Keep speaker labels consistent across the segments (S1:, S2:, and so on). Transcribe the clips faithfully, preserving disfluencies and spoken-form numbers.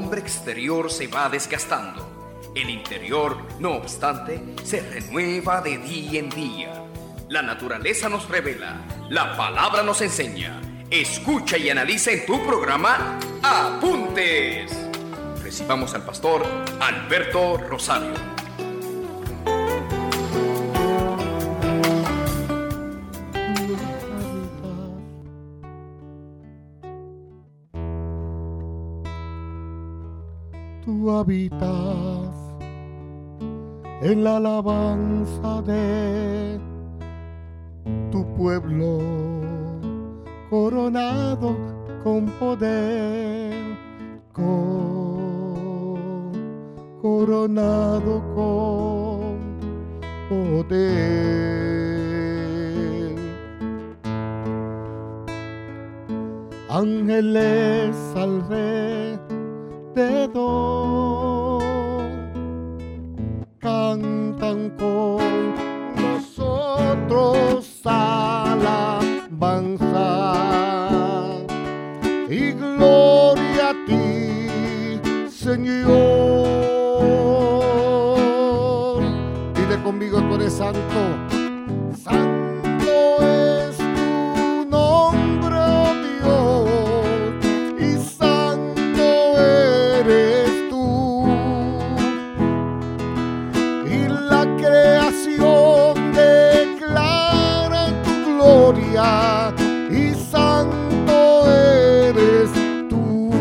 S1: hombre exterior se va desgastando. El interior, no obstante, se renueva de día en día. La naturaleza nos revela, la palabra nos enseña. Escucha y analiza en tu programa Apuntes. Recibamos al pastor Alberto Rosario.
S2: Tú habitas en la alabanza de tu pueblo, coronado con poder, con, coronado con poder. Ángeles alrededor cantan con nosotros alabanza y gloria a ti, Señor. Dile conmigo, tú eres santo. Santo es tu nombre, oh Dios, y santo eres tú. Y la creación declara tu gloria, y santo eres tú.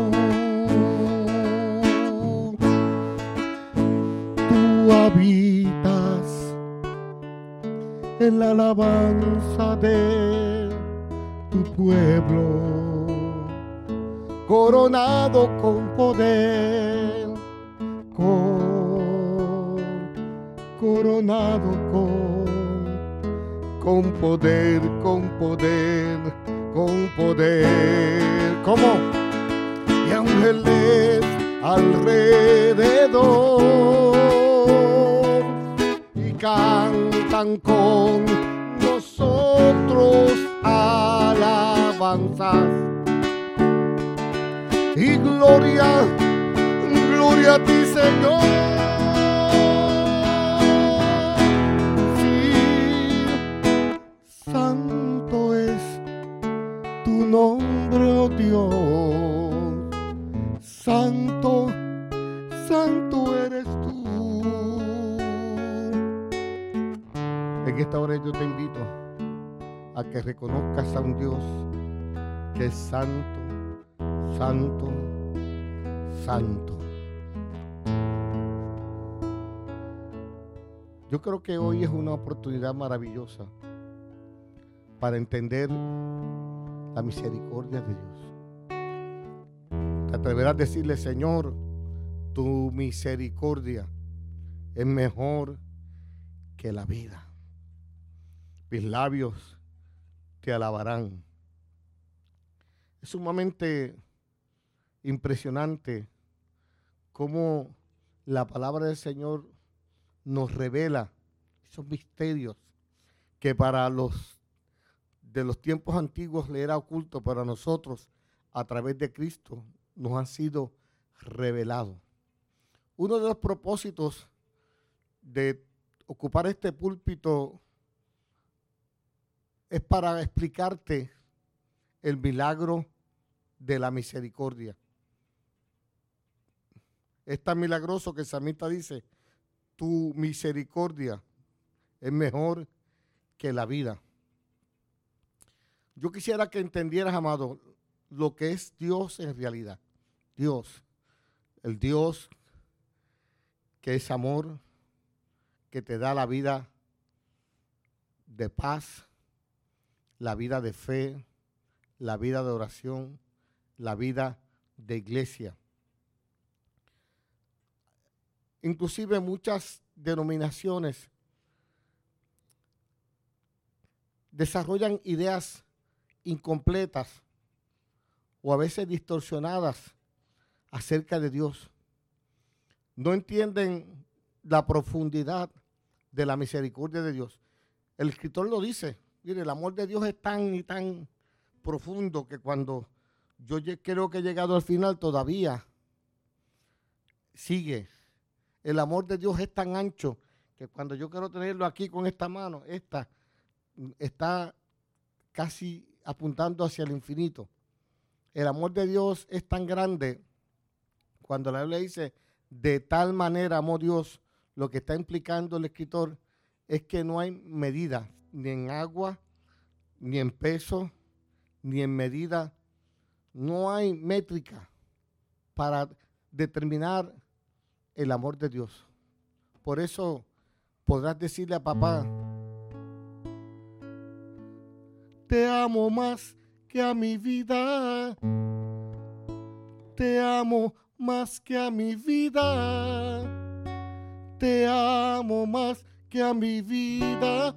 S2: Tú habitas en la alabanza de tu pueblo, coronado con poder, con, coronado con, con poder, con poder, con poder. ¿Cómo? Y ángeles alrededor y cantan con nosotros alabanzas y gloria, gloria a ti, Señor. Sí, santo es tu nombre, oh Dios, santo, santo eres tú. En esta hora yo te invito a que reconozcas a un Dios que es santo, santo, santo. Yo creo que hoy es una oportunidad maravillosa para entender la misericordia de Dios. Te atreverás a decirle: Señor, tu misericordia es mejor que la vida. Mis labios te alabarán. Es sumamente impresionante cómo la palabra del Señor nos revela esos misterios que para los de los tiempos antiguos le era oculto, para nosotros a través de Cristo nos han sido revelados. Uno de los propósitos de ocupar este púlpito es para explicarte el milagro de la misericordia. Es tan milagroso que el salmista dice: tu misericordia es mejor que la vida. Yo quisiera que entendieras, amado, lo que es Dios en realidad. Dios, el Dios que es amor, que te da la vida de paz, la vida de fe, la vida de oración, la vida de iglesia. Inclusive muchas denominaciones desarrollan ideas incompletas o a veces distorsionadas acerca de Dios. No entienden la profundidad de la misericordia de Dios. El escritor lo dice. Mire, el amor de Dios es tan y tan profundo que cuando yo creo que he llegado al final todavía sigue. El amor de Dios es tan ancho que cuando yo quiero tenerlo aquí con esta mano, esta está casi apuntando hacia el infinito. El amor de Dios es tan grande. Cuando la Biblia dice, de tal manera amó Dios, lo que está implicando el escritor es que no hay medida, ni en agua, ni en peso, ni en medida. No hay métrica para determinar el amor de Dios. Por eso podrás decirle a papá, te amo más que a mi vida, te amo más que a mi vida, te amo más que a mi vida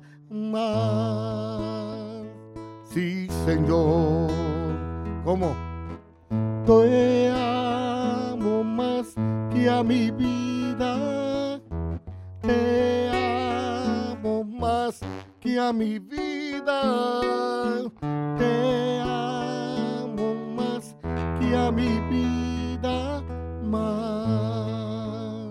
S2: más. Sí, Señor. ¿Cómo? Te amo más que a mi vida, te amo más que a mi vida, te amo más que a mi vida más.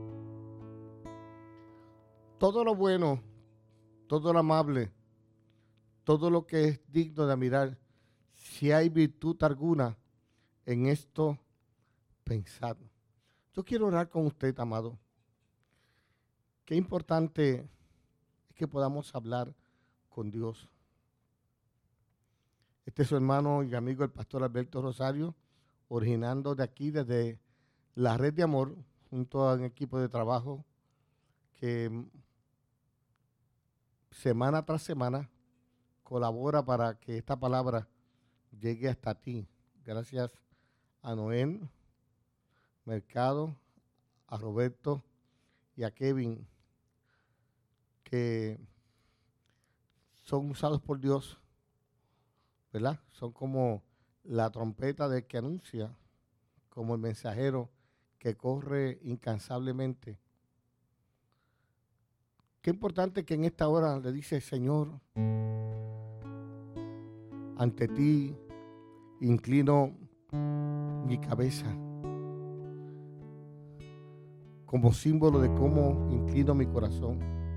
S2: Todo lo bueno, todo lo amable, todo lo que es digno de admirar, si hay virtud alguna en esto, pensad. Yo quiero orar con usted, amado. Qué importante es que podamos hablar con Dios. Este es su hermano y amigo, el pastor Alberto Rosario, originando de aquí, desde la Red de Amor, junto a un equipo de trabajo que semana tras semana colabora para que esta palabra llegue hasta ti. Gracias a Noel Mercado, a Roberto y a Kevin, que son usados por Dios, ¿verdad? Son como la trompeta del que anuncia, como el mensajero que corre incansablemente. Qué importante que en esta hora le dice, Señor, ante ti inclino mi cabeza, como símbolo de cómo inclino mi corazón.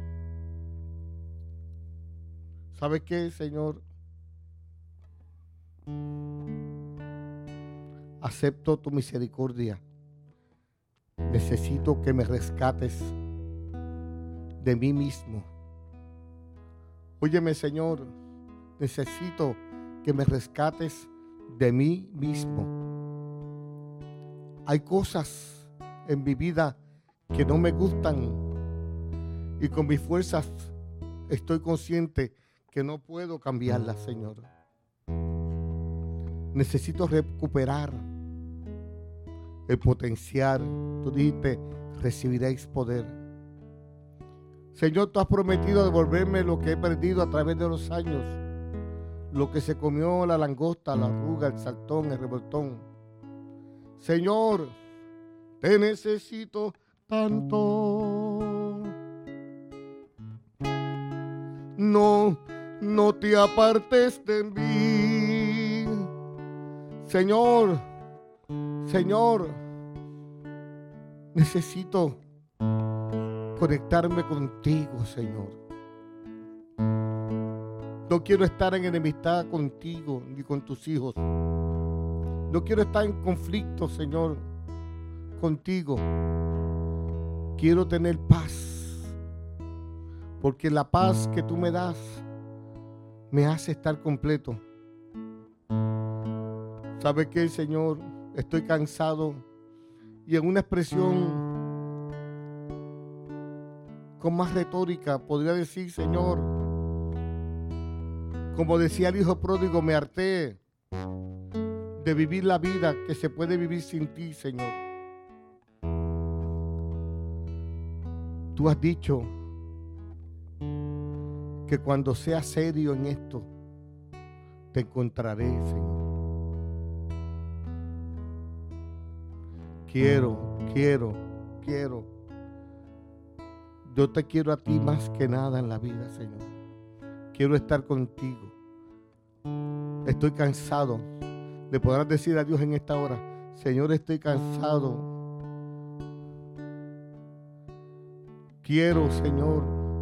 S2: ¿Sabe qué, Señor? Acepto tu misericordia. Necesito que me rescates de mí mismo. Óyeme, Señor, necesito que me rescates de mí mismo. Hay cosas en mi vida que no me gustan y con mis fuerzas estoy consciente que no puedo cambiarlas, Señor. Necesito recuperar el potencial. Tú dijiste, recibiréis poder. Señor, tú has prometido devolverme lo que he perdido a través de los años, lo que se comió la langosta, la arruga, el saltón, el revoltón. Señor, te necesito tanto. No, no te apartes de mí. Señor, Señor, necesito conectarme contigo, Señor. No quiero estar en enemistad contigo ni con tus hijos. No quiero estar en conflicto, Señor, contigo. Quiero tener paz, porque la paz que tú me das me hace estar completo. ¿Sabe qué, Señor? Estoy cansado y en una expresión con más retórica podría decir, Señor, como decía el hijo pródigo, me harté de vivir la vida que se puede vivir sin ti, Señor. Tú has dicho que cuando sea serio en esto, te encontraré, Señor. Quiero, quiero, quiero. Yo te quiero a ti más que nada en la vida, Señor. Quiero estar contigo. Estoy cansado. Le podrás decir a Dios en esta hora, Señor, estoy cansado quiero, Señor,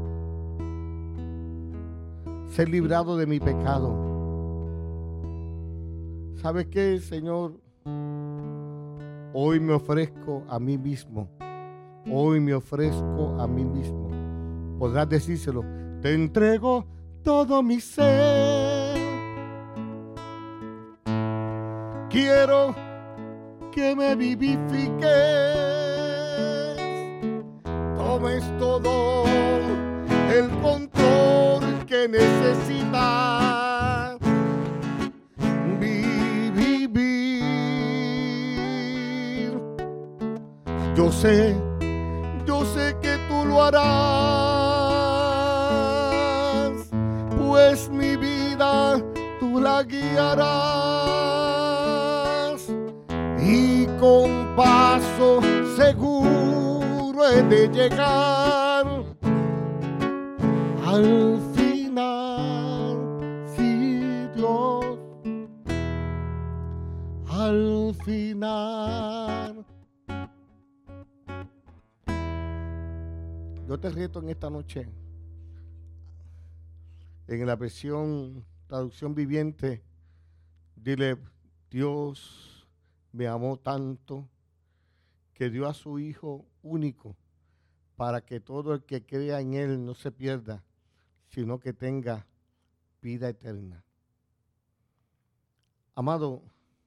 S2: ser librado de mi pecado. ¿Sabe qué, Señor? Hoy me ofrezco a mí mismo. Hoy me ofrezco a mí mismo. Podrás decírselo. Te entrego todo mi ser. Quiero que me vivifiques. Tomes todo el control que necesitas. Vivir. Yo sé, yo sé que tú lo harás, pues mi vida tú la guiarás y con paso seguro he de llegar al final, sí, Dios, al final. Yo te reto en esta noche, en la versión traducción viviente, dile: Dios me amó tanto que dio a su Hijo único para que todo el que crea en Él no se pierda, sino que tenga vida eterna. Amado,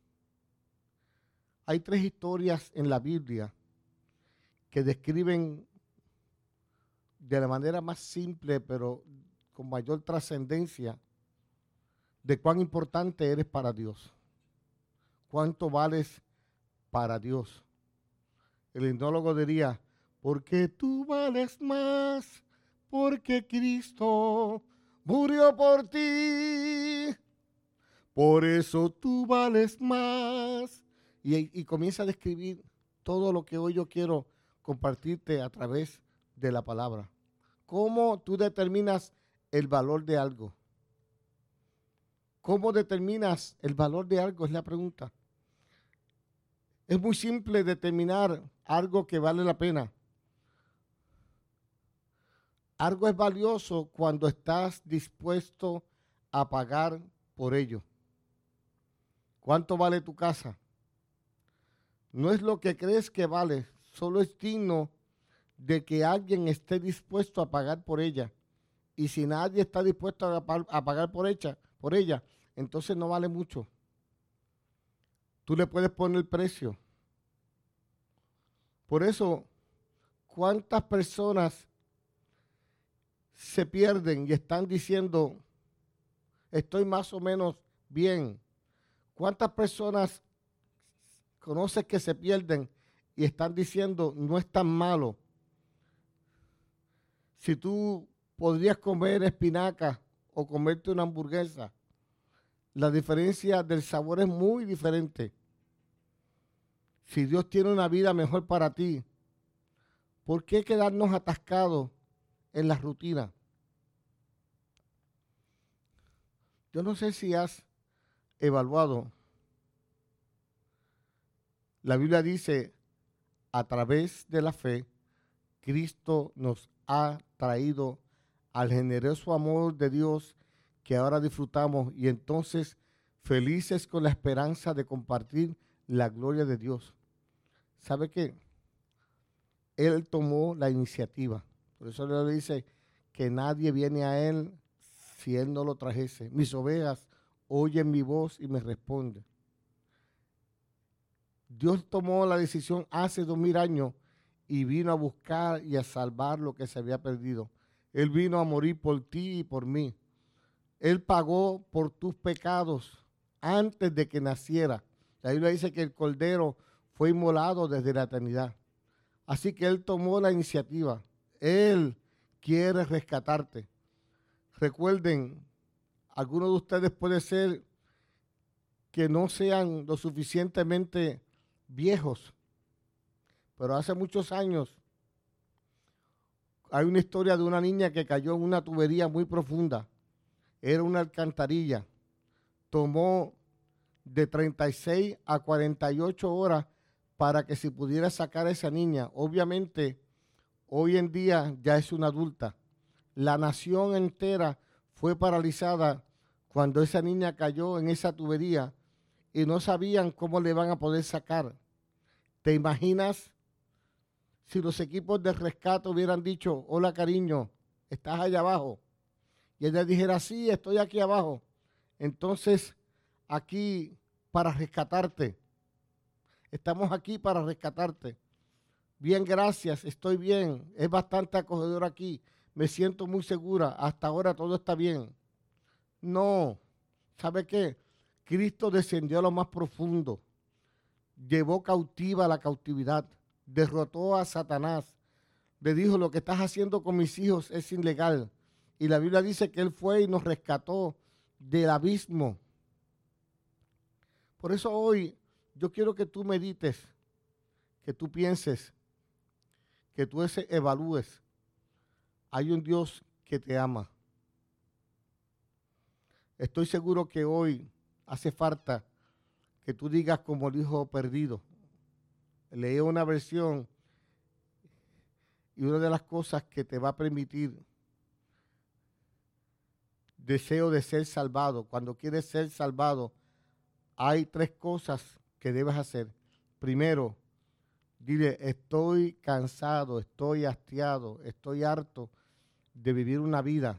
S2: hay tres historias en la Biblia que describen de la manera más simple, pero con mayor trascendencia, de cuán importante eres para Dios, cuánto vales para Dios. El himnólogo diría: porque tú vales más, porque Cristo murió por ti, por eso tú vales más. Y, y comienza a describir todo lo que hoy yo quiero compartirte a través de la palabra. ¿Cómo tú determinas el valor de algo? ¿Cómo determinas el valor de algo? Es la pregunta. Es muy simple determinar algo que vale la pena. Algo es valioso cuando estás dispuesto a pagar por ello. ¿Cuánto vale tu casa? No es lo que crees que vale, solo es digno de que alguien esté dispuesto a pagar por ella. Y si nadie está dispuesto a, a pagar por ella, por ella, entonces no vale mucho. Tú le puedes poner el precio. Por eso, ¿cuántas personas se pierden y están diciendo: estoy más o menos bien? ¿Cuántas personas conoces que se pierden y están diciendo: no es tan malo? Si tú podrías comer espinaca o comerte una hamburguesa, la diferencia del sabor es muy diferente. Si Dios tiene una vida mejor para ti, ¿por qué quedarnos atascados en la rutina? Yo no sé si has evaluado. La Biblia dice: a través de la fe, Cristo nos ha traído al generoso amor de Dios que ahora disfrutamos, y entonces felices con la esperanza de compartir la gloria de Dios. ¿Sabe qué? Él tomó la iniciativa. Por eso le dice que nadie viene a Él si Él no lo trajese. Mis ovejas oyen mi voz y me responden. Dios tomó la decisión hace dos mil años y vino a buscar y a salvar lo que se había perdido. Él vino a morir por ti y por mí. Él pagó por tus pecados antes de que naciera. La Biblia dice que el Cordero fue inmolado desde la eternidad. Así que Él tomó la iniciativa. Él quiere rescatarte. Recuerden, algunos de ustedes puede ser que no sean lo suficientemente viejos, pero hace muchos años hay una historia de una niña que cayó en una tubería muy profunda. Era una alcantarilla. Tomó de treinta y seis a cuarenta y ocho horas para que se pudiera sacar a esa niña. Obviamente, hoy en día ya es una adulta. La nación entera fue paralizada cuando esa niña cayó en esa tubería y no sabían cómo le van a poder sacar. ¿Te imaginas si los equipos de rescate hubieran dicho, hola cariño, estás allá abajo? Y ella dijera, sí, estoy aquí abajo. Entonces, aquí para rescatarte. Estamos aquí para rescatarte. Bien, gracias, estoy bien. Es bastante acogedor aquí. Me siento muy segura. Hasta ahora todo está bien. No, ¿sabe qué? Cristo descendió a lo más profundo. Llevó cautiva la cautividad. Derrotó a Satanás. Le dijo, lo que estás haciendo con mis hijos es ilegal. Y la Biblia dice que Él fue y nos rescató del abismo. Por eso hoy yo quiero que tú medites, que tú pienses, que tú ese evalúes. Hay un Dios que te ama. Estoy seguro que hoy hace falta que tú digas como el hijo perdido. Leí una versión y una de las cosas que te va a permitir deseo de ser salvado. Cuando quieres ser salvado, hay tres cosas que debes hacer. Primero, dile, estoy cansado, estoy hastiado, estoy harto de vivir una vida.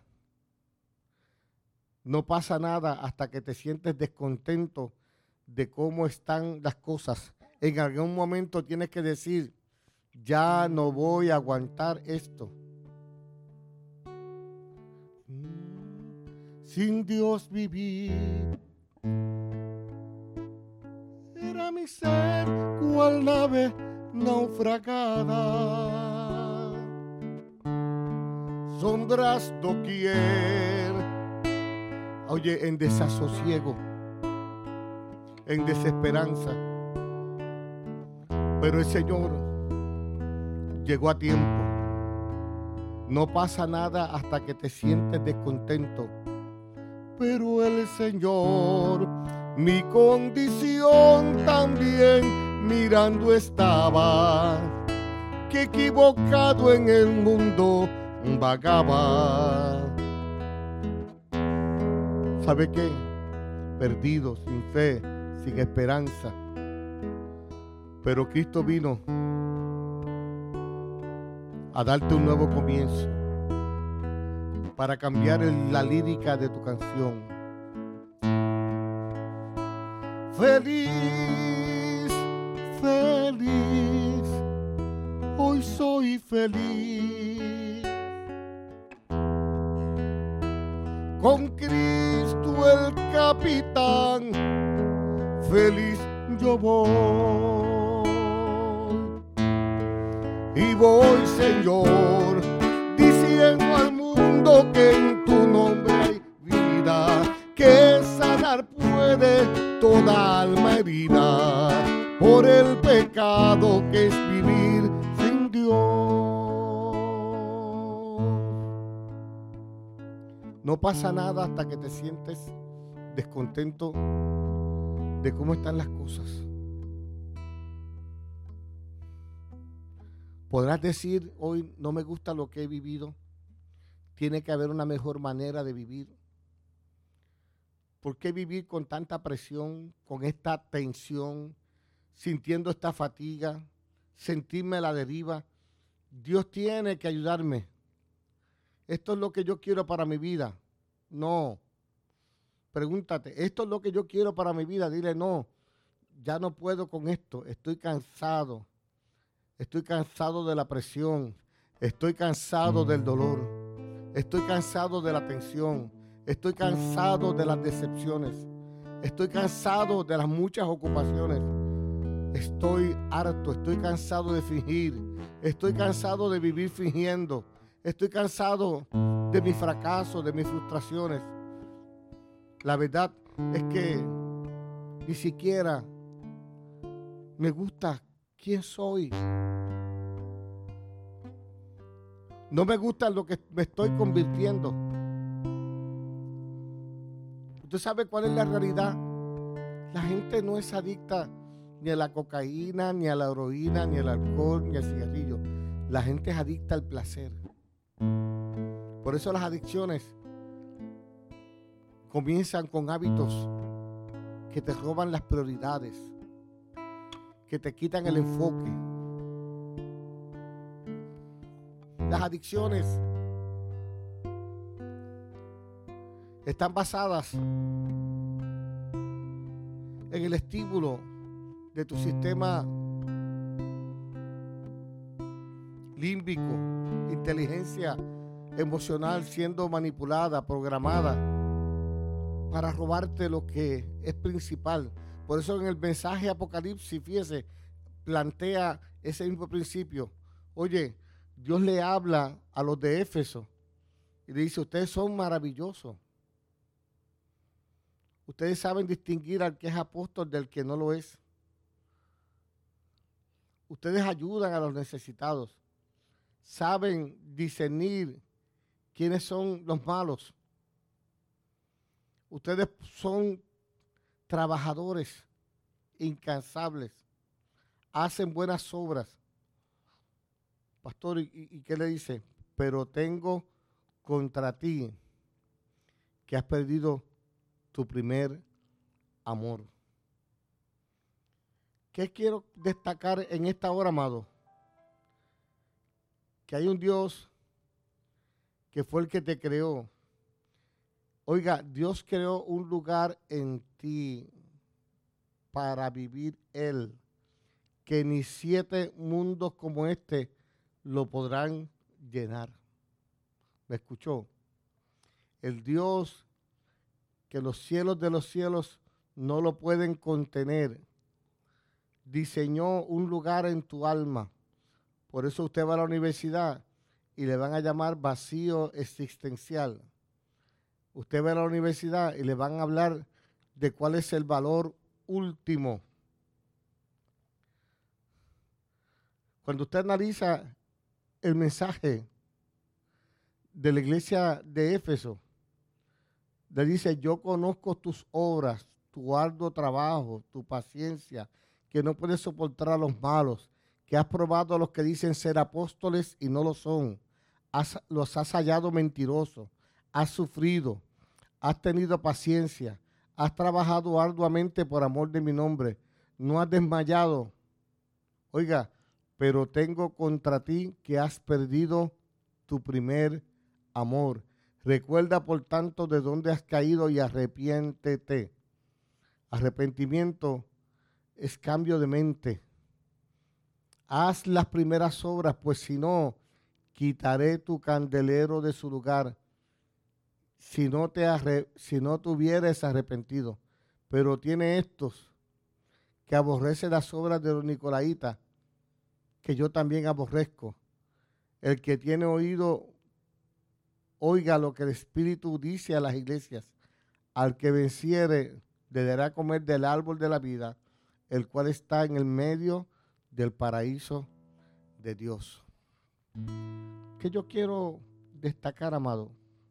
S2: No pasa nada hasta que te sientes descontento de cómo están las cosas. En algún momento tienes que decir, ya no voy a aguantar esto. Sin Dios vivir era mi ser cual nave naufragada, sombras doquier, oye, en desasosiego, en desesperanza, pero el Señor llegó a tiempo. No pasa nada hasta que te sientes descontento. Pero el Señor, mi condición también mirando estaba, que equivocado en el mundo vagaba. ¿Sabe qué? Perdido, sin fe, sin esperanza. Pero Cristo vino a darte un nuevo comienzo, para cambiar el, la lírica de tu canción. Feliz, feliz, hoy soy feliz. Con Cristo el capitán, feliz yo voy. Y voy, Señor, diciendo al mundo que en tu nombre hay vida, que sanar puede toda alma herida por el pecado que es vivir sin Dios. No pasa nada hasta que te sientes descontento de cómo están las cosas. Podrás decir, hoy no me gusta lo que he vivido. Tiene que haber una mejor manera de vivir. ¿Por qué vivir con tanta presión, con esta tensión, sintiendo esta fatiga, sentirme a la deriva? Dios tiene que ayudarme. Esto es lo que yo quiero para mi vida. No. Pregúntate, ¿esto es lo que yo quiero para mi vida? Dile, no, ya no puedo con esto. Estoy cansado. Estoy cansado de la presión. Estoy cansado del dolor. Estoy cansado de la tensión. Estoy cansado de las decepciones. Estoy cansado de las muchas ocupaciones. Estoy harto. Estoy cansado de fingir. Estoy cansado de vivir fingiendo. Estoy cansado de mis fracasos, de mis frustraciones. La verdad es que ni siquiera me gusta quién soy. No me gusta lo que me estoy convirtiendo. ¿Usted sabe cuál es la realidad? La gente no es adicta ni a la cocaína, ni a la heroína, ni al alcohol, ni al cigarrillo. La gente es adicta al placer. Por eso las adicciones comienzan con hábitos que te roban las prioridades, que te quitan el enfoque. Las adicciones están basadas en el estímulo de tu sistema límbico, inteligencia emocional siendo manipulada, programada para robarte lo que es principal. Por eso en el mensaje Apocalipsis, fíjese, plantea ese mismo principio. Oye, Dios le habla a los de Éfeso y le dice, ustedes son maravillosos. Ustedes saben distinguir al que es apóstol del que no lo es. Ustedes ayudan a los necesitados. Saben discernir quiénes son los malos. Ustedes son trabajadores incansables. Hacen buenas obras. Pastor, ¿y, y qué le dice? Pero tengo contra ti que has perdido tu primer amor. ¿Qué quiero destacar en esta hora, amado? Que hay un Dios que fue el que te creó. Oiga, Dios creó un lugar en ti para vivir Él, que ni siete mundos como este lo podrán llenar. ¿Me escuchó? El Dios que los cielos de los cielos no lo pueden contener, diseñó un lugar en tu alma. Por eso usted va a la universidad y le van a llamar vacío existencial. Usted va a la universidad y le van a hablar de cuál es el valor último. Cuando usted analiza el mensaje de la iglesia de Éfeso, le dice, yo conozco tus obras, tu arduo trabajo, tu paciencia, que no puedes soportar a los malos, que has probado a los que dicen ser apóstoles y no lo son, has, los has hallado mentirosos, has sufrido, has tenido paciencia, has trabajado arduamente por amor de mi nombre, no has desmayado. Oiga, pero tengo contra ti que has perdido tu primer amor. Recuerda, por tanto, de dónde has caído y arrepiéntete. Arrepentimiento es cambio de mente. Haz las primeras obras, pues si no, quitaré tu candelero de su lugar, si no te, arre, si no te hubieres arrepentido. Pero tiene estos, que aborrece las obras de los nicolaitas, que yo también aborrezco. El que tiene oído, oiga lo que el Espíritu dice a las iglesias. Al que venciere, le dará comer del árbol de la vida, el cual está en el medio del paraíso de Dios. Que yo quiero destacar, amado.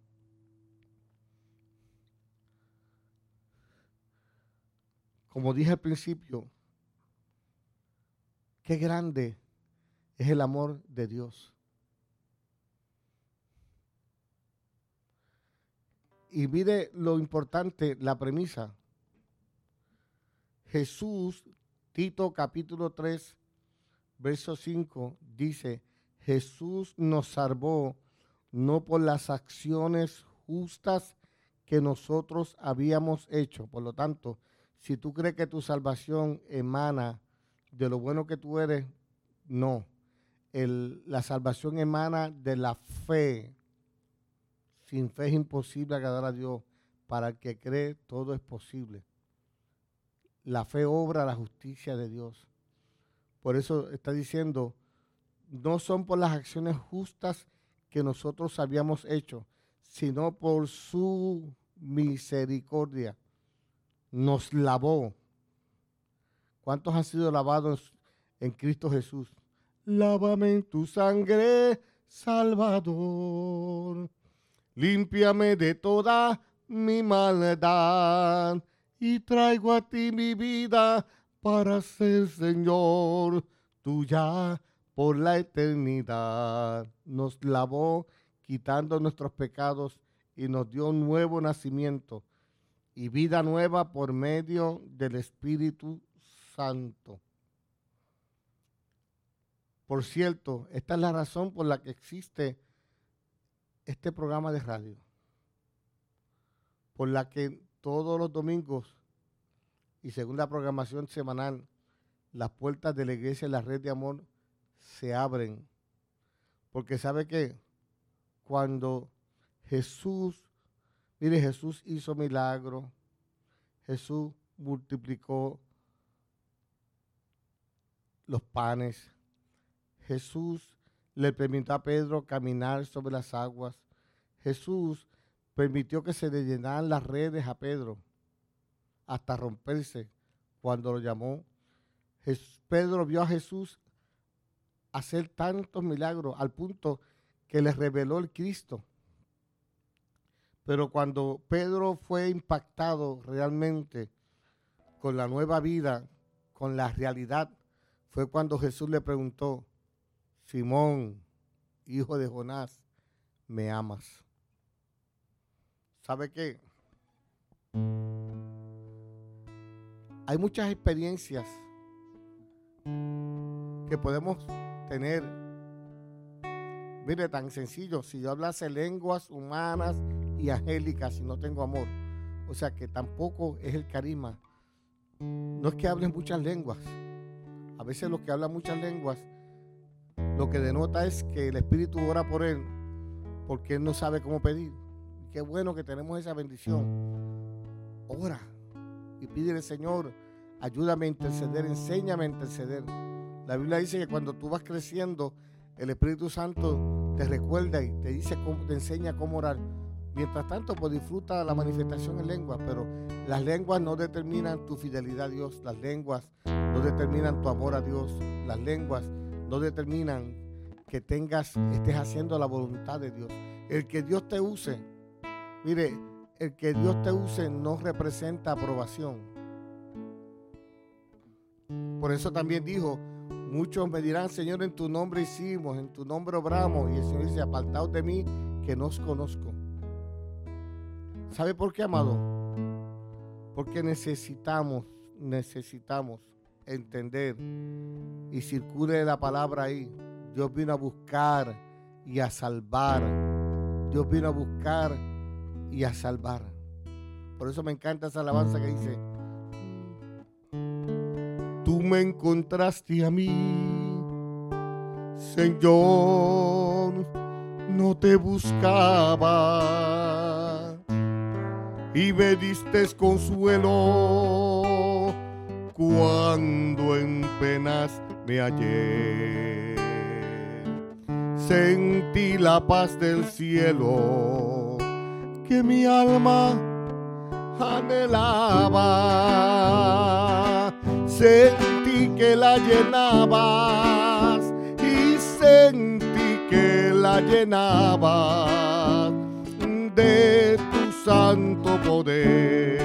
S2: Como dije al principio, qué grande es el amor de Dios. Y mire lo importante, la premisa. Jesús, Tito capítulo tres, verso cinco, dice, Jesús nos salvó no por las acciones justas que nosotros habíamos hecho. Por lo tanto, si tú crees que tu salvación emana de lo bueno que tú eres, no. El, la salvación emana de la fe. Sin fe es imposible agradar a Dios. Para el que cree, todo es posible. La fe obra la justicia de Dios. Por eso está diciendo, no son por las acciones justas que nosotros habíamos hecho, sino por su misericordia. Nos lavó. ¿Cuántos han sido lavados en Cristo Jesús? Lávame en tu sangre, Salvador. Límpiame de toda mi maldad y traigo a ti mi vida para ser Señor tuya por la eternidad. Nos lavó quitando nuestros pecados y nos dio un nuevo nacimiento y vida nueva por medio del Espíritu Santo. Por cierto, esta es la razón por la que existe este programa de radio, por la que todos los domingos y según la programación semanal, las puertas de la iglesia y la red de amor se abren. Porque ¿sabe qué? Cuando Jesús, mire, Jesús hizo milagros, Jesús multiplicó los panes, Jesús le permitió a Pedro caminar sobre las aguas, Jesús permitió que se le llenaran las redes a Pedro hasta romperse cuando lo llamó. Jesús, Pedro vio a Jesús hacer tantos milagros al punto que le reveló el Cristo. Pero cuando Pedro fue impactado realmente con la nueva vida, con la realidad, fue cuando Jesús le preguntó: Simón, hijo de Jonás, ¿me amas? ¿Sabe qué? Hay muchas experiencias que podemos tener. Mire, tan sencillo, si yo hablase lenguas humanas y angélicas y no tengo amor, o sea que tampoco es el carisma. No es que hablen muchas lenguas. A veces los que hablan muchas lenguas, lo que denota es que el Espíritu ora por él, porque él no sabe cómo pedir. Qué bueno que tenemos esa bendición. Ora y pídele: Señor, ayúdame a interceder, enséñame a interceder. La Biblia dice que cuando tú vas creciendo, el Espíritu Santo te recuerda y te dice cómo, te enseña cómo orar. Mientras tanto, pues disfruta la manifestación en lenguas, pero las lenguas no determinan tu fidelidad a Dios, las lenguas no determinan tu amor a Dios, las lenguas no determinan que tengas, estés haciendo la voluntad de Dios. El que Dios te use, mire, el que Dios te use no representa aprobación. Por eso también dijo: muchos me dirán, Señor, en tu nombre hicimos, en tu nombre obramos. Y el Señor dice: apartaos de mí, que no os conozco. ¿Sabe por qué, amado? Porque necesitamos, necesitamos entender, y circule la palabra ahí: Dios vino a buscar y a salvar. Dios vino a buscar y a salvar. Por eso me encanta esa alabanza que dice: tú me encontraste a mí, Señor, no te buscaba, y me diste consuelo cuando en penas me hallé. Sentí la paz del cielo que mi alma anhelaba. Sentí que la llenabas y sentí que la llenabas de tu santo poder.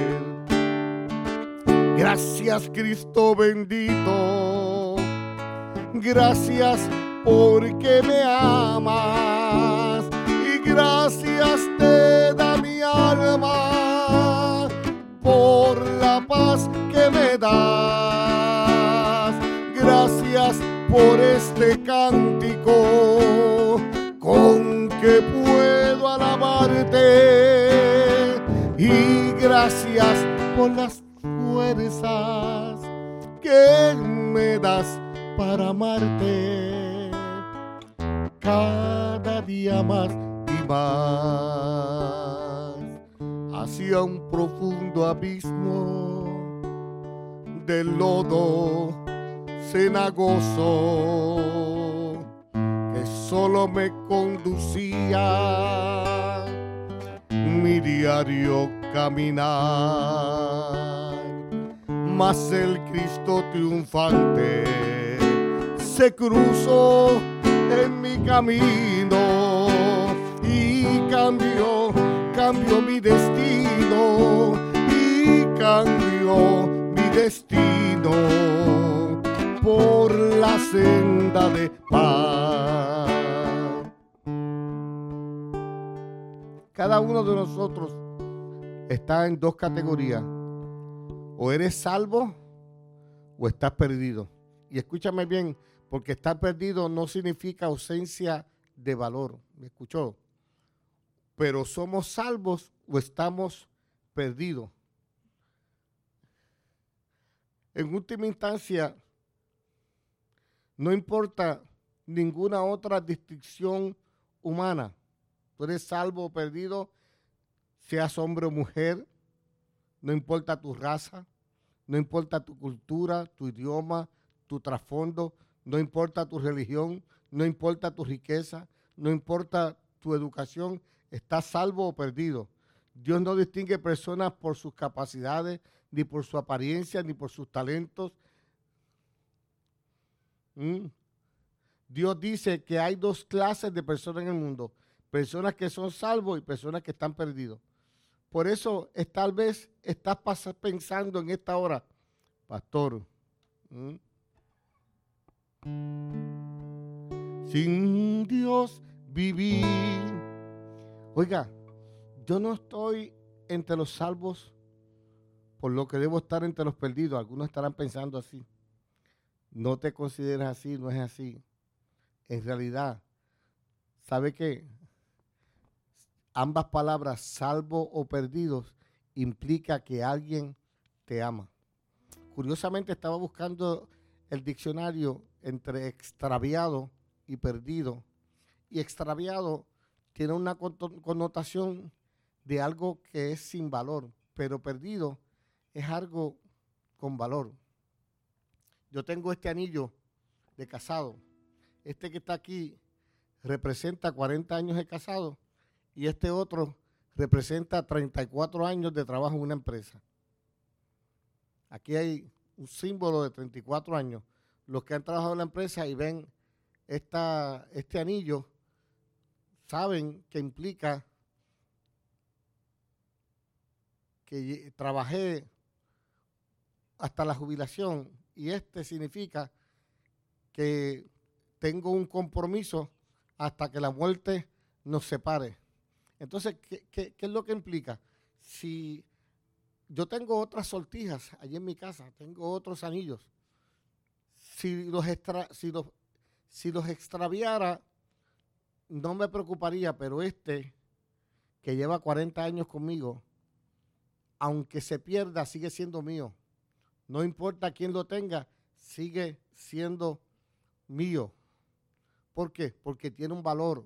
S2: Gracias, Cristo bendito, gracias porque me amas, y gracias te da mi alma por la paz que me das. Gracias por este cántico con que puedo alabarte, y gracias por las fuerzas que me das para amarte cada día más y más, hacia un profundo abismo del lodo cenagoso que solo me conducía mi diario caminar. Mas el Cristo triunfante se cruzó en mi camino y cambió, cambió mi destino, y cambió mi destino. por la senda de paz. Cada uno de nosotros está en dos categorías. O eres salvo o estás perdido. Y escúchame bien, porque estar perdido no significa ausencia de valor. ¿Me escuchó? Pero somos salvos o estamos perdidos. En última instancia, no importa ninguna otra distinción humana. Tú eres salvo o perdido, seas hombre o mujer, no importa tu raza, no importa tu cultura, tu idioma, tu trasfondo, no importa tu religión, no importa tu riqueza, no importa tu educación, estás salvo o perdido. Dios no distingue personas por sus capacidades, ni por su apariencia, ni por sus talentos. ¿Mm? Dios dice que hay dos clases de personas en el mundo, personas que son salvos y personas que están perdidos. Por eso es, tal vez estás pensando en esta hora, pastor, ¿Mm? sin Dios vivir. Oiga, yo no estoy entre los salvos por lo que debo estar entre los perdidos. Algunos estarán pensando así. No te consideres así, no es así. En realidad, ¿sabe qué? Ambas palabras, salvo o perdidos, implica que alguien te ama. Curiosamente estaba buscando el diccionario entre extraviado y perdido. Y extraviado tiene una connotación de algo que es sin valor, pero perdido es algo con valor. Yo tengo este anillo de casado. Este que está aquí representa cuarenta años de casado y este otro representa treinta y cuatro años de trabajo en una empresa. Aquí hay un símbolo de treinta y cuatro años. Los que han trabajado en la empresa y ven esta, este anillo saben que implica que trabajé hasta la jubilación, y este significa que tengo un compromiso hasta que la muerte nos separe. Entonces, ¿qué, qué, qué es lo que implica? Si yo tengo otras sortijas allí en mi casa, tengo otros anillos, si los, extra, si los, si los extraviara, no me preocuparía, pero este, que lleva cuarenta años conmigo, aunque se pierda, sigue siendo mío. No importa quién lo tenga, sigue siendo mío. ¿Por qué? Porque tiene un valor.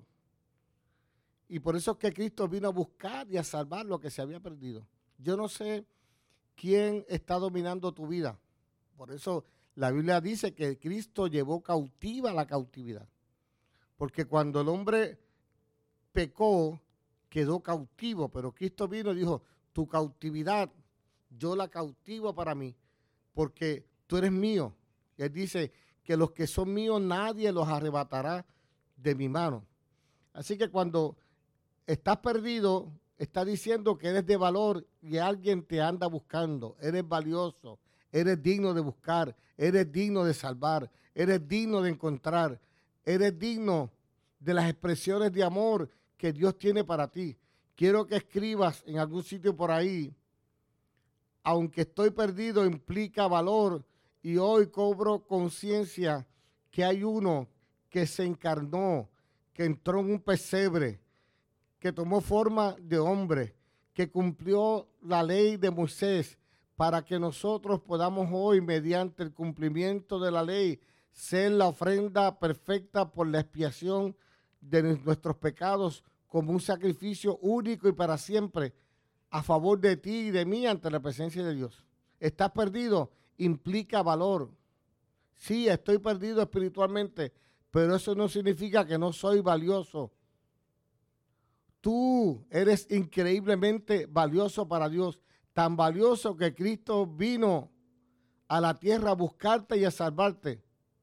S2: Y por eso es que Cristo vino a buscar y a salvar lo que se había perdido. Yo no sé quién está dominando tu vida. Por eso la Biblia dice que Cristo llevó cautiva la cautividad. Porque cuando el hombre pecó, quedó cautivo. Pero Cristo vino y dijo, tu cautividad, yo la cautivo para mí. Porque tú eres mío. Y él dice que los que son míos nadie los arrebatará de mi mano. Así que cuando estás perdido, está diciendo que eres de valor y alguien te anda buscando. Eres valioso, eres digno de buscar, eres digno de salvar, eres digno de encontrar, eres digno de las expresiones de amor que Dios tiene para ti. Quiero que escribas en algún sitio por ahí, aunque estoy perdido implica valor, y hoy cobro conciencia que hay uno que se encarnó, que entró en un pesebre, que tomó forma de hombre, que cumplió la ley de Moisés para que nosotros podamos hoy, mediante el cumplimiento de la ley, ser la ofrenda perfecta por la expiación de nuestros pecados como un sacrificio único y para siempre a favor de ti y de mí ante la presencia de Dios. Estás perdido, implica valor. Sí, estoy perdido espiritualmente, pero eso no significa que no soy valioso. Tú eres increíblemente valioso para Dios, tan valioso que Cristo vino a la tierra a buscarte y a salvarte.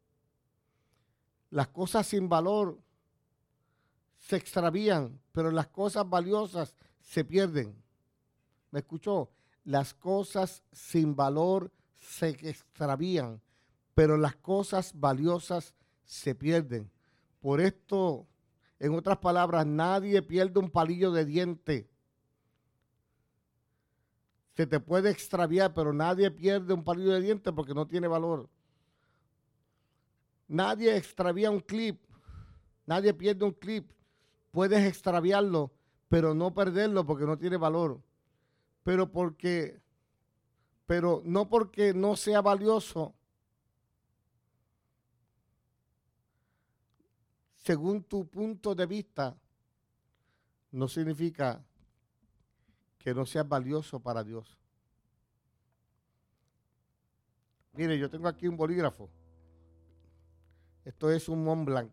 S2: Las cosas sin valor se extravían, pero las cosas valiosas se pierden. ¿Me escuchó? Las cosas sin valor se extravían, pero las cosas valiosas se pierden. Por esto, en otras palabras, nadie pierde un palillo de diente. Se te puede extraviar, pero nadie pierde un palillo de diente porque no tiene valor. Nadie extravía un clip, nadie pierde un clip. Puedes extraviarlo, pero no perderlo porque no tiene valor. Pero porque, pero no porque no sea valioso, según tu punto de vista, no significa que no sea valioso para Dios. Mire, yo tengo aquí un bolígrafo. Esto es un Montblanc.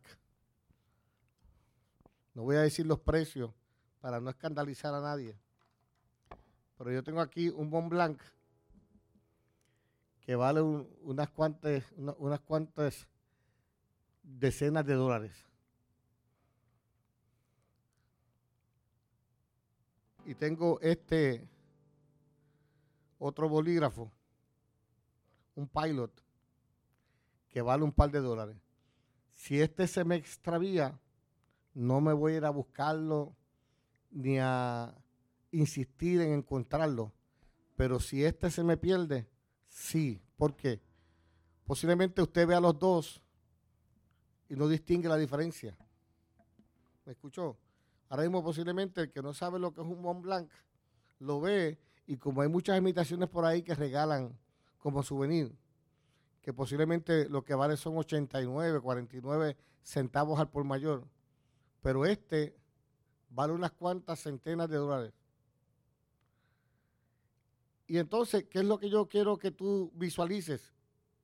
S2: No voy a decir los precios para no escandalizar a nadie. Pero yo tengo aquí un Montblanc que vale un, unas cuantas, una, unas cuantas decenas de dólares. Y tengo este otro bolígrafo, un Pilot, que vale un par de dólares. Si este se me extravía, no me voy a ir a buscarlo ni a insistir en encontrarlo. Pero si este se me pierde, sí. ¿Por qué? Posiblemente usted vea los dos y no distingue la diferencia. ¿Me escuchó? Ahora mismo posiblemente el que no sabe lo que es un Montblanc lo ve, y como hay muchas imitaciones por ahí que regalan como souvenir, que posiblemente lo que vale son ochenta y nueve, cuarenta y nueve centavos al por mayor, pero este vale unas cuantas centenas de dólares. Y entonces, ¿qué es lo que yo quiero que tú visualices?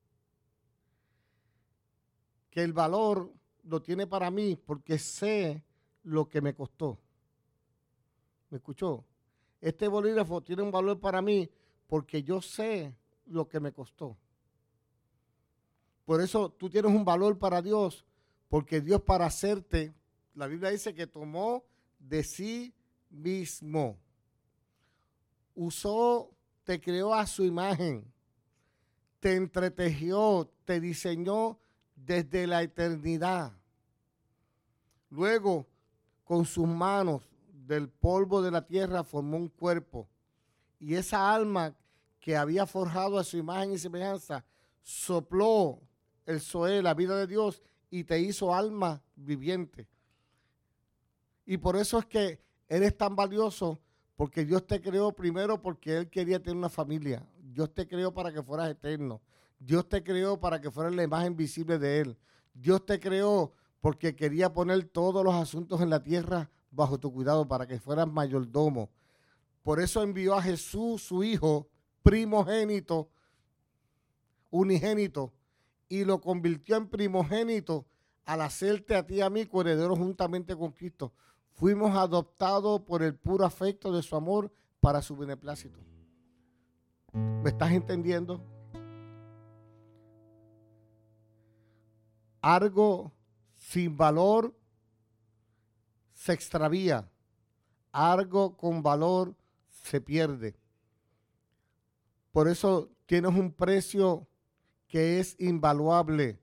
S2: Que el valor lo tiene para mí porque sé lo que me costó. ¿Me escuchó? Este bolígrafo tiene un valor para mí porque yo sé lo que me costó. Por eso tú tienes un valor para Dios, porque Dios para hacerte, la Biblia dice que tomó de sí mismo. Usó, te creó a su imagen, te entretejió, te diseñó desde la eternidad. Luego, con sus manos del polvo de la tierra formó un cuerpo. Y esa alma que había forjado a su imagen y semejanza, sopló el Zoé, la vida de Dios, y te hizo alma viviente. Y por eso es que eres tan valioso, porque Dios te creó primero porque Él quería tener una familia. Dios te creó para que fueras eterno. Dios te creó para que fueras la imagen visible de Él. Dios te creó porque quería poner todos los asuntos en la tierra bajo tu cuidado para que fueras mayordomo. Por eso envió a Jesús, su Hijo, primogénito, unigénito, y lo convirtió en primogénito al hacerte a ti y a mí coheredero juntamente con Cristo. Fuimos adoptados por el puro afecto de su amor para su beneplácito. ¿Me estás entendiendo? Algo sin valor se extravía, algo con valor se pierde. Por eso tienes un precio que es invaluable.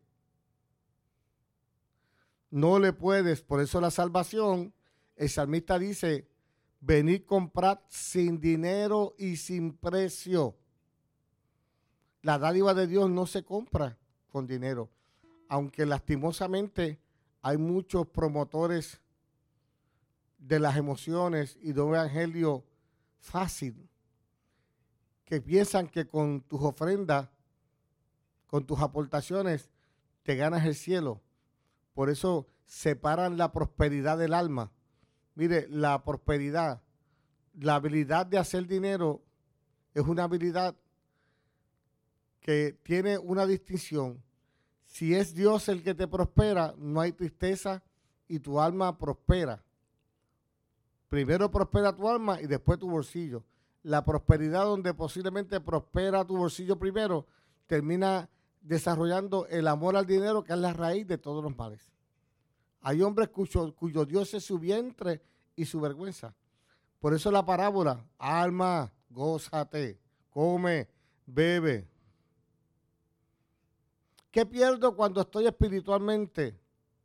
S2: No le puedes, por eso la salvación, el salmista dice, venid comprad sin dinero y sin precio. La dádiva de Dios no se compra con dinero, aunque lastimosamente hay muchos promotores de las emociones y de un evangelio fácil, que piensan que con tus ofrendas, con tus aportaciones, te ganas el cielo. Por eso separan la prosperidad del alma. Mire, la prosperidad, la habilidad de hacer dinero es una habilidad que tiene una distinción. Si es Dios el que te prospera, no hay tristeza y tu alma prospera. Primero prospera tu alma y después tu bolsillo. La prosperidad donde posiblemente prospera tu bolsillo primero, termina desarrollando el amor al dinero, que es la raíz de todos los males. Hay hombres cuyo, cuyo Dios es su vientre y su vergüenza. Por eso la parábola, alma, gózate, come, bebe. ¿Qué pierdo cuando estoy espiritualmente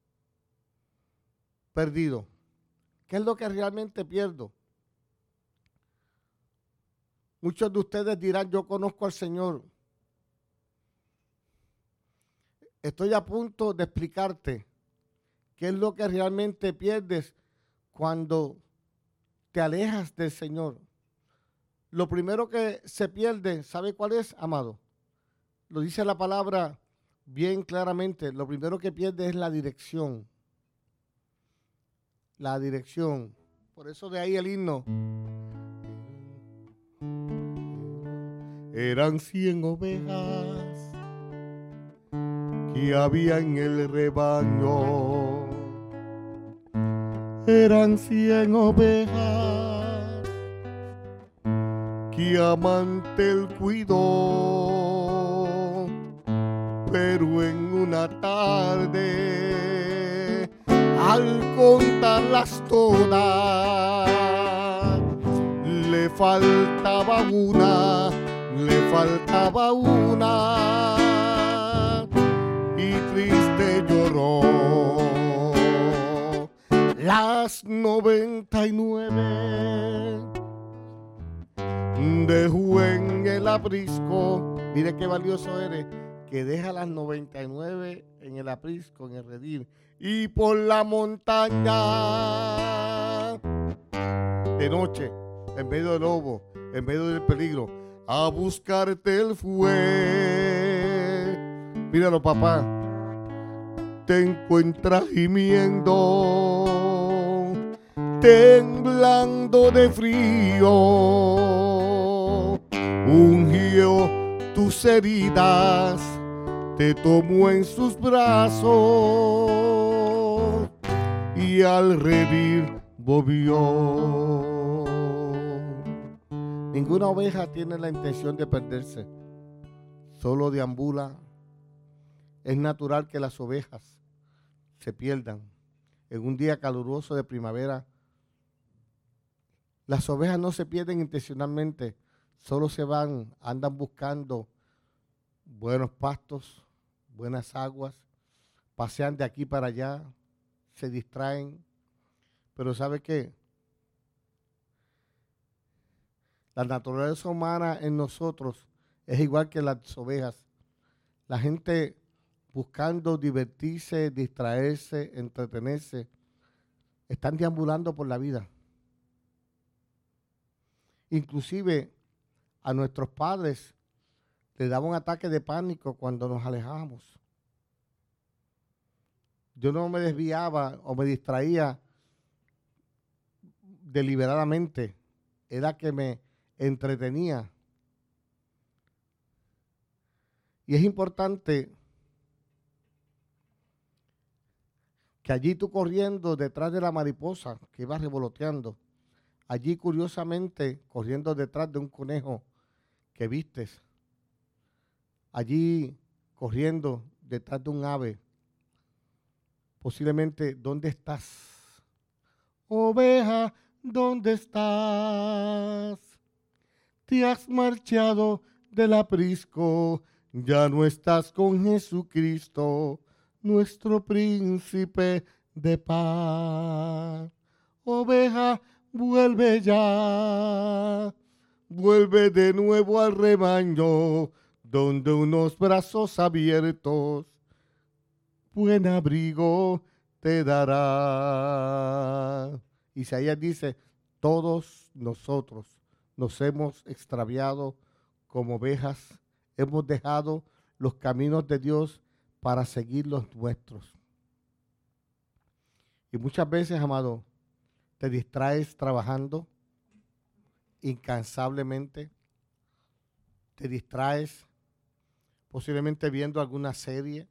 S2: perdido? ¿Qué es lo que realmente pierdo? Muchos de ustedes dirán, yo conozco al Señor. Estoy a punto de explicarte qué es lo que realmente pierdes cuando te alejas del Señor. Lo primero que se pierde, ¿sabe cuál es, amado? Lo dice la palabra bien claramente. Lo primero que pierde es la dirección. La dirección. Por eso de ahí el himno. Eran cien ovejas que había en el rebaño. Eran cien ovejas que amante el cuidó, pero en una tarde al contarlas todas le faltaba una, le faltaba una y triste lloró. Las noventa y nueve dejó en el aprisco. Mire qué valioso eres, que deja las noventa y nueve en el aprisco, en el redil, y por la montaña de noche, en medio del lobo, en medio del peligro, a buscarte él fue. Míralo, papá, te encuentras gimiendo, temblando de frío, ungió tus heridas, te tomó en sus brazos y al redil volvió. Ninguna oveja tiene la intención de perderse, solo deambula. Es natural que las ovejas se pierdan. En un día caluroso de primavera, las ovejas no se pierden intencionalmente, solo se van, andan buscando buenos pastos, buenas aguas, pasean de aquí para allá, se distraen. Pero ¿sabe qué? La naturaleza humana en nosotros es igual que las ovejas. La gente buscando divertirse, distraerse, entretenerse, están deambulando por la vida. Inclusive a nuestros padres les daba un ataque de pánico cuando nos alejábamos. Yo no me desviaba o me distraía deliberadamente, era que me entretenía. Y es importante que allí tú corriendo detrás de la mariposa que iba revoloteando, allí curiosamente corriendo detrás de un conejo que vistes, allí corriendo detrás de un ave, posiblemente, ¿dónde estás? Oveja, ¿dónde estás? Te has marchado del aprisco, ya no estás con Jesucristo, nuestro príncipe de paz. Oveja, vuelve ya, vuelve de nuevo al rebaño, donde unos brazos abiertos buen abrigo te dará. Isaías dice, todos nosotros nos hemos extraviado como ovejas, hemos dejado los caminos de Dios para seguir los nuestros. Y muchas veces, amado, te distraes trabajando incansablemente, te distraes posiblemente viendo alguna serie,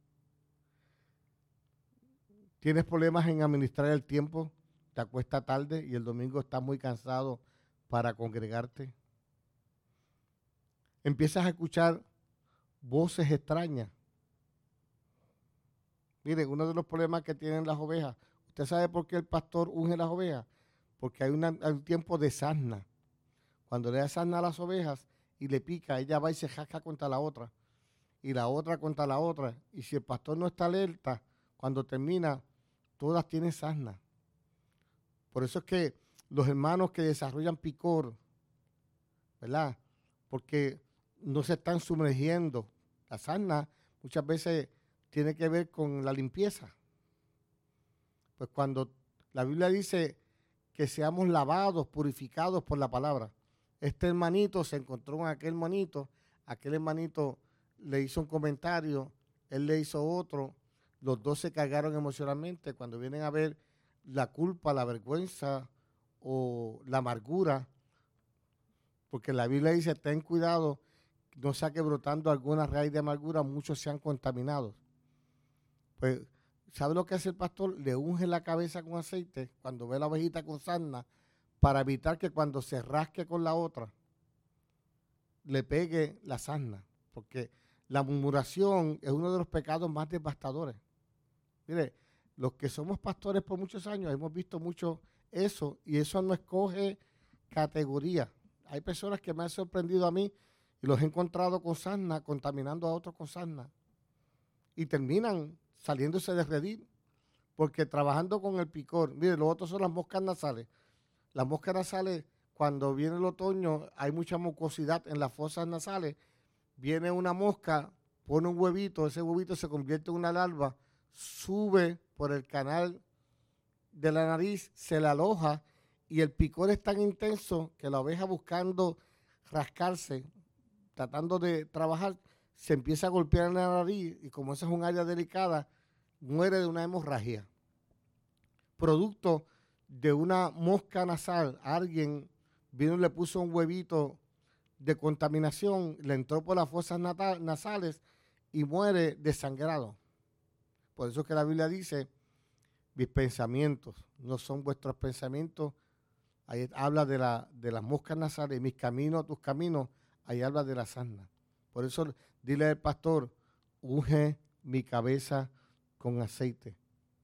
S2: tienes problemas en administrar el tiempo, te acuestas tarde y el domingo estás muy cansado para congregarte. Empiezas a escuchar voces extrañas. Miren, uno de los problemas que tienen las ovejas, ¿usted sabe por qué el pastor unge las ovejas? Porque hay, una, hay un tiempo de sarna. Cuando le da sarna a las ovejas y le pica, ella va y se jasca contra la otra. y la otra contra la otra. Y si el pastor no está alerta, cuando termina, todas tienen sarna. Por eso es que los hermanos que desarrollan picor, ¿verdad? Porque no se están sumergiendo. La sarna muchas veces tiene que ver con la limpieza. Pues cuando la Biblia dice que seamos lavados, purificados por la palabra. Este hermanito se encontró con aquel hermanito, aquel hermanito le hizo un comentario, él le hizo otro, los dos se cargaron emocionalmente. Cuando vienen a ver la culpa, la vergüenza o la amargura, porque la Biblia dice, ten cuidado, no sea que brotando alguna raíz de amargura, muchos sean contaminados. Pues, ¿sabe lo que hace el pastor? Le unge la cabeza con aceite cuando ve la ovejita con sarna, para evitar que cuando se rasque con la otra, le pegue la sarna. Porque la murmuración es uno de los pecados más devastadores. Mire, los que somos pastores por muchos años hemos visto mucho eso, y eso no escoge categoría. Hay personas que me han sorprendido a mí y los he encontrado con sarna, contaminando a otros con sarna. Y terminan saliéndose de redil, porque trabajando con el picor, mire, los otros son las moscas nasales. Las moscas nasales, cuando viene el otoño, hay mucha mucosidad en las fosas nasales. Viene una mosca, pone un huevito, ese huevito se convierte en una larva, sube por el canal de la nariz, se le aloja, y el picor es tan intenso que la oveja, buscando rascarse, tratando de trabajar, se empieza a golpear en la nariz, y como esa es un área delicada, muere de una hemorragia. Producto de una mosca nasal. Alguien vino y le puso un huevito de contaminación, le entró por las fosas nasales y muere desangrado. Por eso es que la Biblia dice, mis pensamientos no son vuestros pensamientos. Ahí habla de, la, de las moscas nasales, mis caminos, tus caminos, ahí habla de la sarna. Por eso dile al pastor, unge mi cabeza con aceite.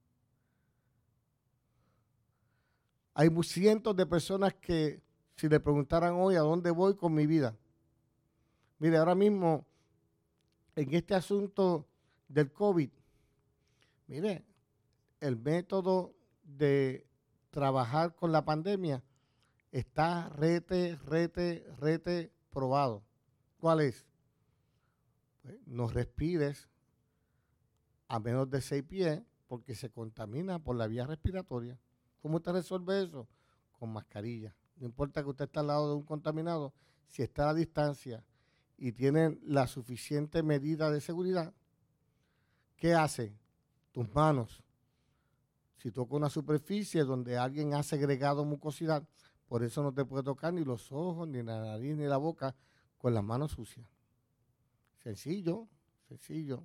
S2: Hay cientos de personas que, si le preguntaran hoy a dónde voy con mi vida, mire, ahora mismo, en este asunto del COVID, mire, el método de trabajar con la pandemia está rete, rete, rete probado. ¿Cuál es? Pues, no respires a menos de seis pies, porque se contamina por la vía respiratoria. ¿Cómo usted resuelve eso? Con mascarilla. No importa que usted esté al lado de un contaminado, si está a la distancia y tiene la suficiente medida de seguridad, ¿qué hace? Tus manos. Si toca una superficie donde alguien ha segregado mucosidad, por eso no te puede tocar ni los ojos, ni la nariz, ni la boca con las manos sucias. Sencillo, sencillo.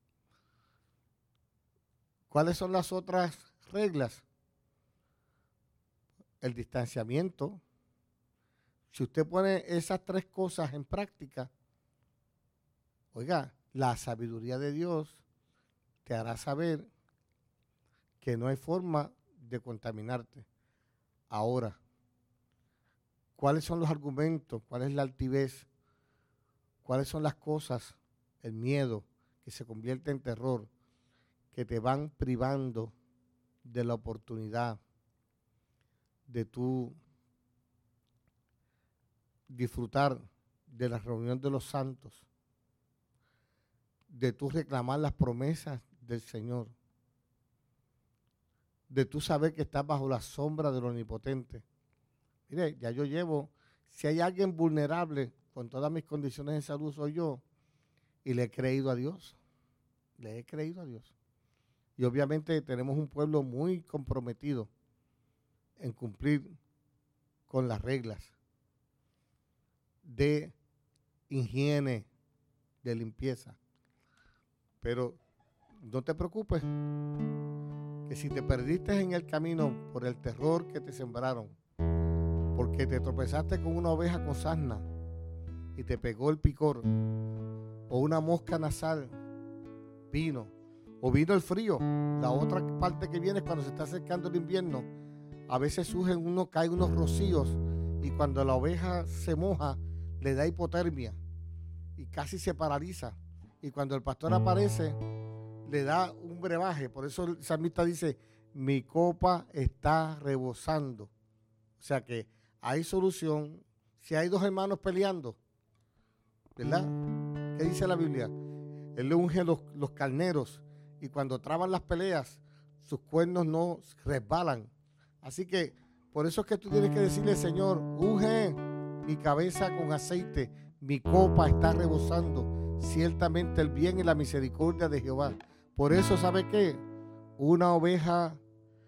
S2: ¿Cuáles son las otras reglas? El distanciamiento. Si usted pone esas tres cosas en práctica, oiga, la sabiduría de Dios te hará saber que no hay forma de contaminarte. Ahora, ¿cuáles son los argumentos? ¿Cuál es la altivez? ¿Cuáles son las cosas? El miedo que se convierte en terror, que te van privando de la oportunidad de tú disfrutar de la reunión de los santos, de tú reclamar las promesas del Señor, de tú saber que estás bajo la sombra del Omnipotente. Mire, ya yo llevo, si hay alguien vulnerable con todas mis condiciones de salud, soy yo, y le he creído a Dios, le he creído a Dios. Y obviamente tenemos un pueblo muy comprometido en cumplir con las reglas de higiene, de limpieza. Pero no te preocupes, que si te perdiste en el camino por el terror que te sembraron, porque te tropezaste con una oveja con sarna y te pegó el picor, o una mosca nasal vino, o vino el frío, la otra parte que viene es cuando se está acercando el invierno. A veces surgen unos, caen unos rocíos, y cuando la oveja se moja, le da hipotermia y casi se paraliza. Y cuando el pastor aparece, le da un brebaje. Por eso el salmista dice, mi copa está rebosando. O sea que hay solución. Si hay dos hermanos peleando, ¿verdad? ¿Qué dice la Biblia? Él le unge los, los carneros y cuando traban las peleas, sus cuernos no resbalan. Así que por eso es que tú tienes que decirle, Señor, unge mi cabeza con aceite, mi copa está rebosando. Ciertamente el bien y la misericordia de Jehová. Por eso, ¿sabe qué? Una oveja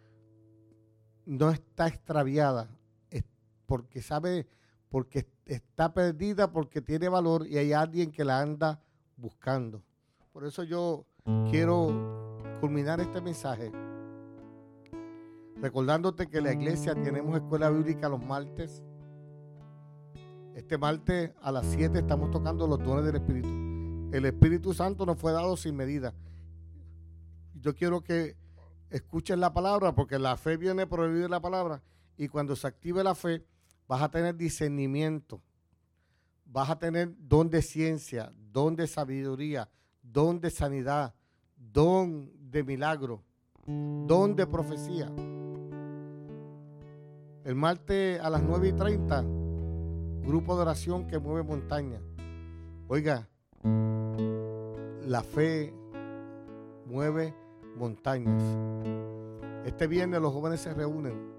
S2: no está extraviada, porque sabe, porque está perdida, porque tiene valor y hay alguien que la anda buscando. Por eso yo quiero culminar este mensaje recordándote que en la iglesia tenemos escuela bíblica los martes. Este martes a las siete estamos tocando los dones del Espíritu. El Espíritu Santo nos fue dado sin medida. Yo quiero que escuchen la palabra, porque la fe viene por el oír de la palabra, y cuando se active la fe vas a tener discernimiento, vas a tener don de ciencia, don de sabiduría, don de sanidad, don de milagro, don de profecía. El martes a las nueve y treinta, grupo de oración que mueve montaña. Oiga, la fe mueve montañas. Este viernes los jóvenes se reúnen.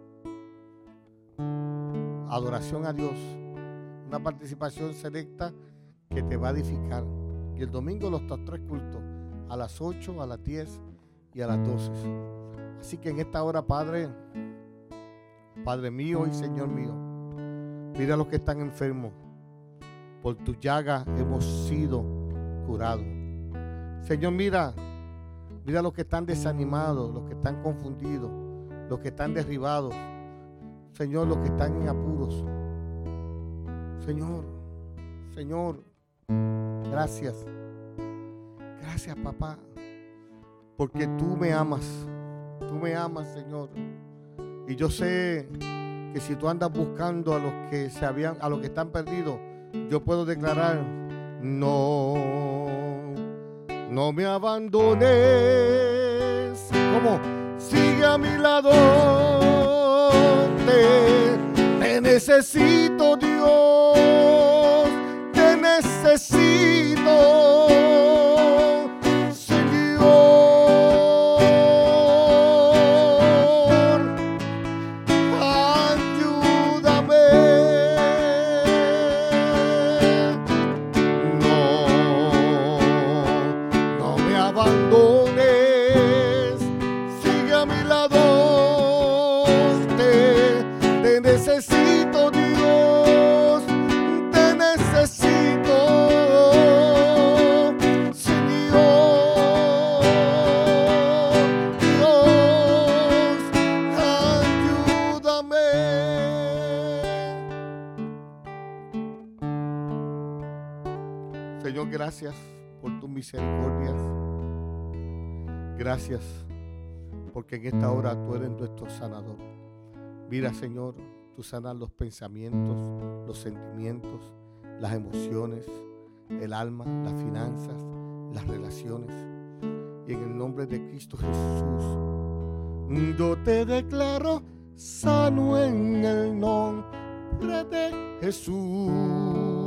S2: Adoración a Dios. Una participación selecta que te va a edificar. Y el domingo los tres cultos, a las ocho, a las diez y a las doce. Así que en esta hora, Padre, Padre mío y Señor mío, mira a los que están enfermos. Por tu llaga hemos sido curados. Señor, mira, mira a los que están desanimados, los que están confundidos, los que están derribados. Señor, los que están en apuros. Señor, Señor, gracias. Gracias, papá, porque tú me amas. Tú me amas, Señor. Y yo sé que si tú andas buscando a los que se habían, a los que están perdidos, yo puedo declarar, no, no me abandones. ¿Cómo? Sigue a mi lado. Te, te necesito, Dios. Te necesito. Señor, gracias por tus misericordias. Gracias porque en esta hora tú eres nuestro sanador. Mira, Señor, tú sanas los pensamientos, los sentimientos, las emociones, el alma, las finanzas, las relaciones. Y en el nombre de Cristo Jesús, yo te declaro sano en el nombre de Jesús.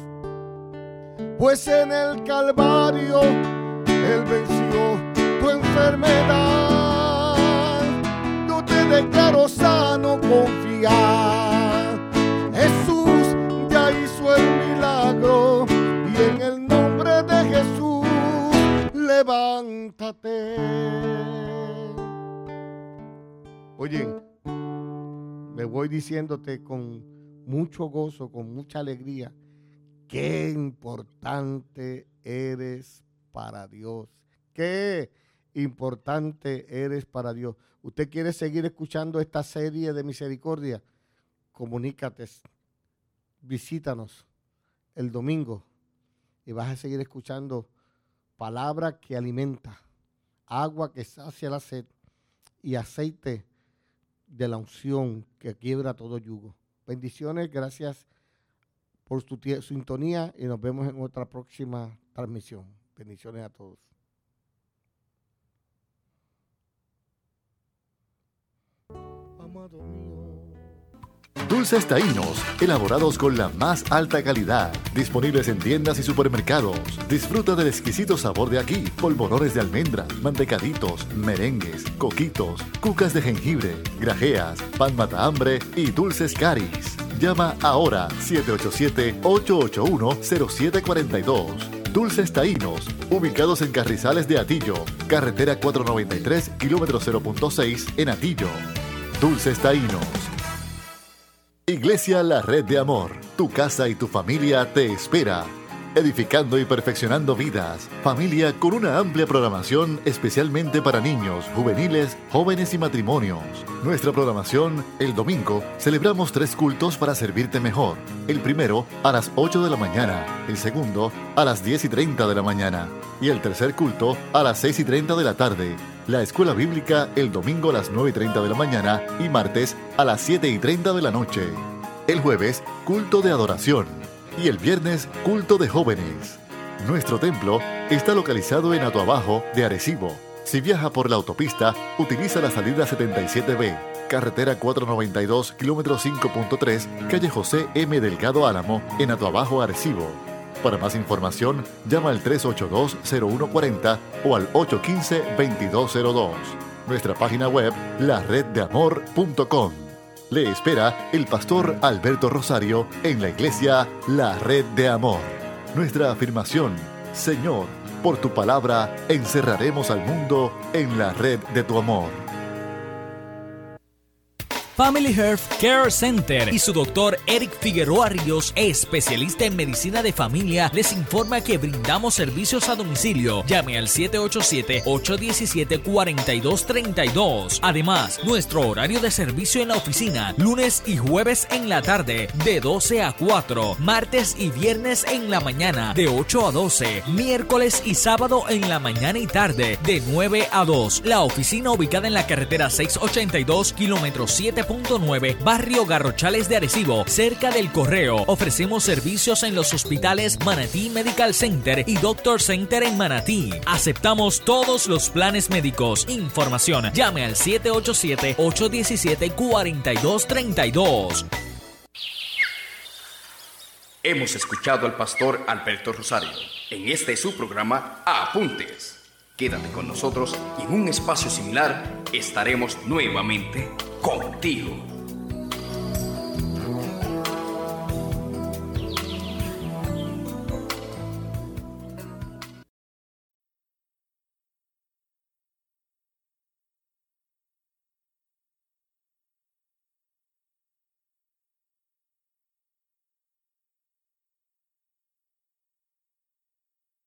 S2: Pues en el Calvario Él venció tu enfermedad. Yo te declaro sano, confiar. Jesús ya hizo el milagro y en el nombre de Jesús levántate. Oye, me voy diciéndote con mucho gozo, con mucha alegría, qué importante eres para Dios. Qué importante eres para Dios. ¿Usted quiere seguir escuchando esta serie de misericordia? Comunícate, visítanos el domingo y vas a seguir escuchando palabra que alimenta, agua que sacia la sed y aceite de la unción que quiebra todo yugo. Bendiciones, gracias por su sintonía y nos vemos en otra próxima transmisión. Bendiciones a todos. Amado mío.
S3: Dulces Taínos, elaborados con la más alta calidad, disponibles en tiendas y supermercados. Disfruta del exquisito sabor de aquí, polvorones de almendra, mantecaditos, merengues, coquitos, cucas de jengibre, grajeas, pan mata hambre y dulces caris. Llama ahora siete ocho siete, ocho ocho uno, cero siete cuatro dos. Dulces Taínos, ubicados en Carrizales de Atillo, carretera cuatrocientos noventa y tres, kilómetro cero punto seis en Atillo. Dulces Taínos. Iglesia La Red de Amor, tu casa y tu familia te espera. Edificando y perfeccionando vidas, familia con una amplia programación especialmente para niños, juveniles, jóvenes y matrimonios. Nuestra programación, el domingo, celebramos tres cultos para servirte mejor. El primero a las ocho de la mañana, el segundo a las diez y treinta de la mañana y el tercer culto a las seis y treinta de la tarde. La escuela bíblica el domingo a las nueve y treinta de la mañana y martes a las siete y treinta de la noche. El jueves, culto de adoración. Y el viernes, culto de jóvenes. Nuestro templo está localizado en Atoabajo de Arecibo. Si viaja por la autopista, utiliza la salida setenta y siete B, carretera cuatrocientos noventa y dos, kilómetro cinco punto tres, calle José M. Delgado Álamo, en Atoabajo, Arecibo. Para más información, llama al tres ocho dos, cero uno cuatro cero o al ocho uno cinco, veintidós cero dos. Nuestra página web, la red de amor punto com. Le espera el pastor Alberto Rosario en la iglesia La Red de Amor. Nuestra afirmación: Señor, por tu palabra encerraremos al mundo en la red de tu amor.
S4: Family Health Care Center y su doctor Eric Figueroa Ríos, especialista en medicina de familia, les informa que brindamos servicios a domicilio. Llame al siete ocho siete, ocho uno siete, cuatro dos tres dos. Además, nuestro horario de servicio en la oficina, lunes y jueves en la tarde, de doce a cuatro, martes y viernes en la mañana, de ocho a doce, miércoles y sábado en la mañana y tarde, de nueve a dos. La oficina ubicada en la carretera seiscientos ochenta y dos, kilómetro siete punto nueve, barrio Garrochales de Arecibo, cerca del Correo. Ofrecemos servicios en los hospitales Manatí Medical Center y Doctor Center en Manatí. Aceptamos todos los planes médicos. Información, llame al siete ocho siete, ocho uno siete, cuatro dos tres dos.
S1: Hemos escuchado al pastor Alberto Rosario en este su programa Apuntes. Quédate con nosotros y en un espacio similar estaremos nuevamente contigo.